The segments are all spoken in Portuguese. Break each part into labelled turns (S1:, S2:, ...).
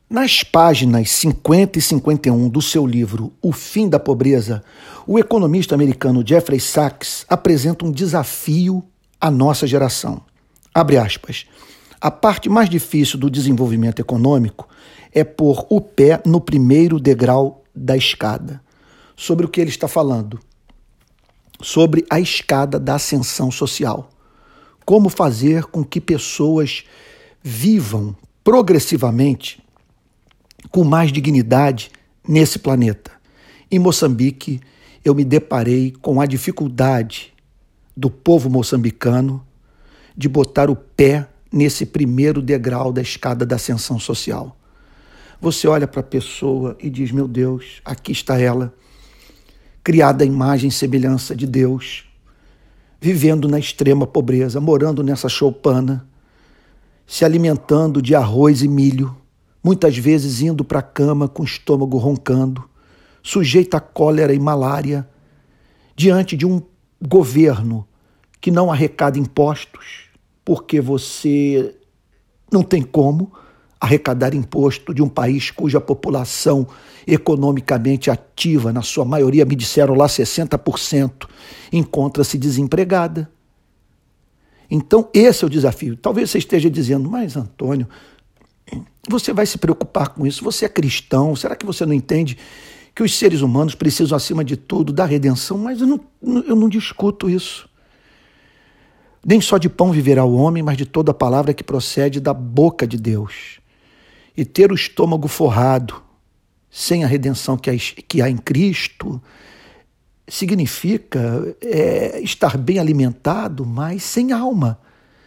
S1: Nas páginas 50 e 51 do seu livro O Fim da Pobreza, o economista americano Jeffrey Sachs apresenta um desafio à nossa geração. Abre aspas. A parte mais difícil do desenvolvimento econômico é pôr o pé no primeiro degrau da escada. Sobre o que ele está falando? Sobre a escada da ascensão social. Como fazer com que pessoas vivam progressivamente com mais dignidade nesse planeta. Em Moçambique, eu me deparei com a dificuldade do povo moçambicano de botar o pé nesse primeiro degrau da escada da ascensão social. Você olha para a pessoa e diz, meu Deus, aqui está ela, criada à imagem e semelhança de Deus, vivendo na extrema pobreza, morando nessa choupana, se alimentando de arroz e milho, muitas vezes indo para a cama com o estômago roncando, sujeita a cólera e malária, diante de um governo que não arrecada impostos, porque você não tem como arrecadar imposto de um país cuja população economicamente ativa, na sua maioria, me disseram lá 60%, encontra-se desempregada. Então, esse é o desafio. Talvez você esteja dizendo, mas Antônio, você vai se preocupar com isso? Você é cristão? Será que você não entende que os seres humanos precisam, acima de tudo, da redenção? Mas eu não discuto isso. Nem só de pão viverá o homem, mas de toda a palavra que procede da boca de Deus. E ter o estômago forrado, sem a redenção que há em Cristo, significa estar bem alimentado, mas sem alma.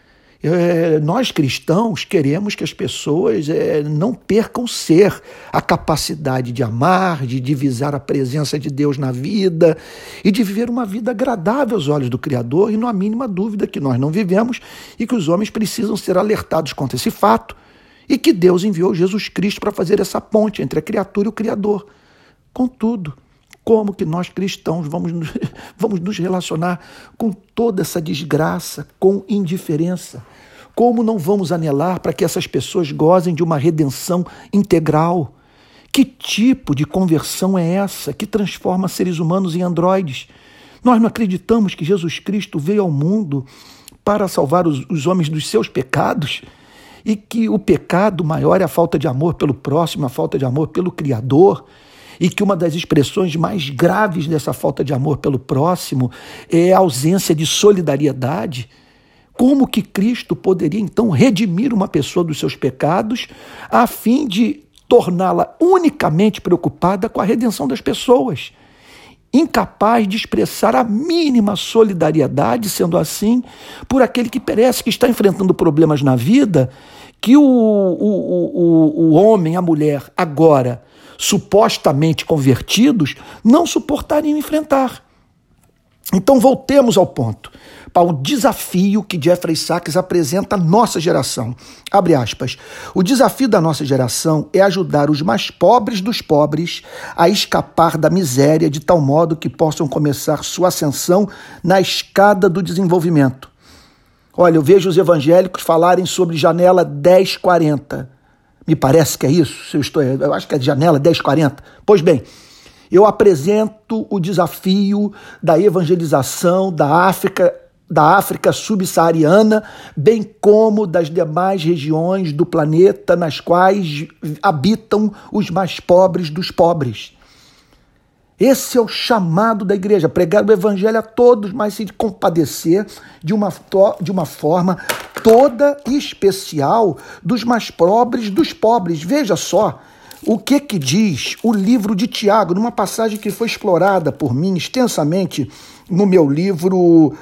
S1: Nós cristãos queremos que as pessoas não percam a capacidade de amar, de divisar a presença de Deus na vida e de viver uma vida agradável aos olhos do Criador, e não há mínima dúvida que nós não vivemos e que os homens precisam ser alertados contra esse fato e que Deus enviou Jesus Cristo para fazer essa ponte entre a criatura e o Criador. Contudo, como que nós cristãos vamos nos relacionar com toda essa desgraça, com indiferença? Como não vamos anelar para que essas pessoas gozem de uma redenção integral? Que tipo de conversão é essa que transforma seres humanos em androides? Nós não acreditamos que Jesus Cristo veio ao mundo para salvar os homens dos seus pecados e que o pecado maior é a falta de amor pelo próximo, a falta de amor pelo Criador, e que uma das expressões mais graves dessa falta de amor pelo próximo é a ausência de solidariedade. Como que Cristo poderia, então, redimir uma pessoa dos seus pecados a fim de torná-la unicamente preocupada com a redenção das pessoas? Incapaz de expressar a mínima solidariedade, sendo assim, por aquele que perece, que está enfrentando problemas na vida, que o homem, a mulher, agora supostamente convertidos, não suportariam enfrentar. Então voltemos ao ponto, para o desafio que Jeffrey Sachs apresenta à nossa geração. Abre aspas. O desafio da nossa geração é ajudar os mais pobres dos pobres a escapar da miséria de tal modo que possam começar sua ascensão na escada do desenvolvimento. Olha, eu vejo os evangélicos falarem sobre janela 1040. Me parece que é isso, eu acho que é janela 1040. Pois bem, eu apresento o desafio da evangelização da África subsaariana, bem como das demais regiões do planeta nas quais habitam os mais pobres dos pobres. Esse é o chamado da igreja, pregar o evangelho a todos, mas se compadecer de uma forma toda especial dos mais pobres dos pobres. Veja só o que diz o livro de Tiago, numa passagem que foi explorada por mim extensamente no meu livro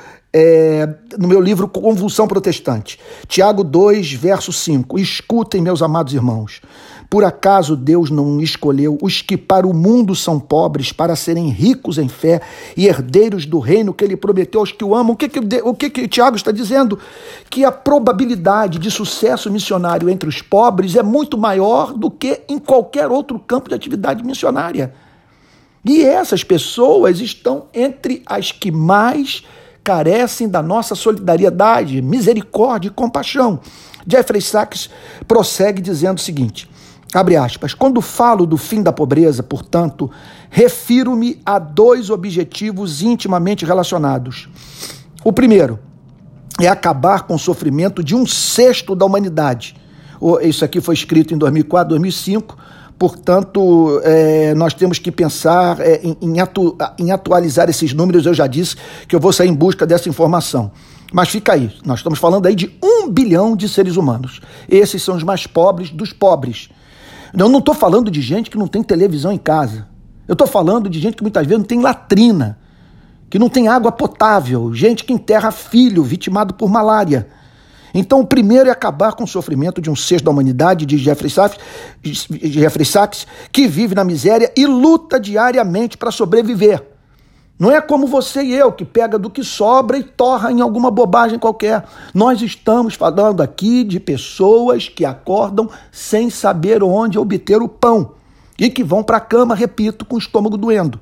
S1: Convulsão Protestante. Tiago 2, verso 5. Escutem, meus amados irmãos. Por acaso Deus não escolheu os que para o mundo são pobres para serem ricos em fé e herdeiros do reino que ele prometeu aos que o amam? O que Tiago está dizendo? Que a probabilidade de sucesso missionário entre os pobres é muito maior do que em qualquer outro campo de atividade missionária. E essas pessoas estão entre as que mais carecem da nossa solidariedade, misericórdia e compaixão. Jeffrey Sachs prossegue dizendo o seguinte: Abre aspas. Quando falo do fim da pobreza, portanto, refiro-me a 2 objetivos intimamente relacionados. O primeiro é acabar com o sofrimento de 1/6 da humanidade. Isso aqui foi escrito em 2004, 2005, portanto, nós temos que pensar em atualizar esses números. Eu já disse que eu vou sair em busca dessa informação. Mas fica aí, nós estamos falando aí de 1 bilhão de seres humanos. Esses são os mais pobres dos pobres. Eu não estou falando de gente que não tem televisão em casa. Eu estou falando de gente que muitas vezes não tem latrina, que não tem água potável, gente que enterra filho vitimado por malária. Então, o primeiro é acabar com o sofrimento de 1/6 da humanidade, diz Jeffrey Sachs, que vive na miséria e luta diariamente para sobreviver. Não é como você e eu, que pega do que sobra e torra em alguma bobagem qualquer. Nós estamos falando aqui de pessoas que acordam sem saber onde obter o pão e que vão para a cama, repito, com o estômago doendo.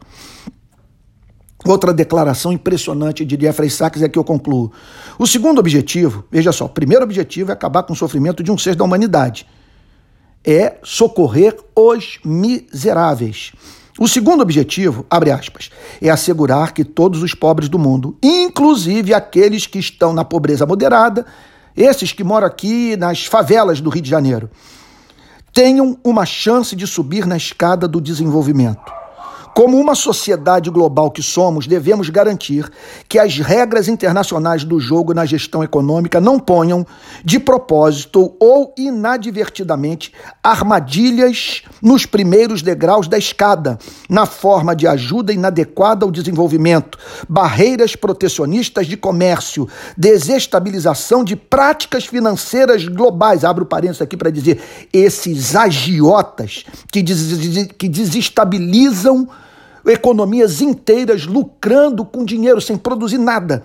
S1: Outra declaração impressionante de Jeffrey Sachs é que eu concluo. O segundo objetivo, veja só, o primeiro objetivo é acabar com o sofrimento de 1/6 da humanidade. É socorrer os miseráveis. O segundo objetivo, abre aspas, é assegurar que todos os pobres do mundo, inclusive aqueles que estão na pobreza moderada, esses que moram aqui nas favelas do Rio de Janeiro, tenham uma chance de subir na escada do desenvolvimento. Como uma sociedade global que somos, devemos garantir que as regras internacionais do jogo na gestão econômica não ponham, de propósito ou inadvertidamente, armadilhas nos primeiros degraus da escada, na forma de ajuda inadequada ao desenvolvimento, barreiras protecionistas de comércio, desestabilização de práticas financeiras globais. Abro parênteses aqui para dizer, esses agiotas que desestabilizam economias inteiras lucrando com dinheiro sem produzir nada.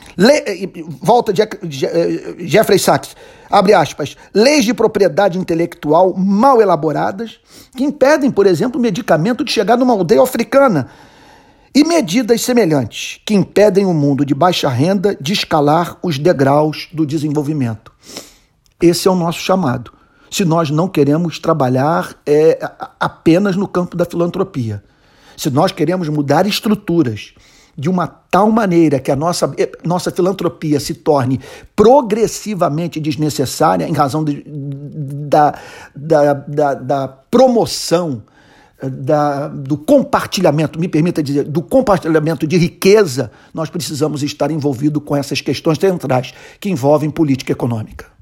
S1: Volta Jeffrey Sachs, abre aspas, leis de propriedade intelectual mal elaboradas que impedem, por exemplo, o medicamento de chegar numa aldeia africana e medidas semelhantes que impedem o mundo de baixa renda de escalar os degraus do desenvolvimento. Esse é o nosso chamado. Se nós não queremos trabalhar apenas no campo da filantropia, se nós queremos mudar estruturas de uma tal maneira que a nossa filantropia se torne progressivamente desnecessária em razão da promoção, do compartilhamento, me permita dizer, do compartilhamento de riqueza, nós precisamos estar envolvidos com essas questões centrais que envolvem política econômica.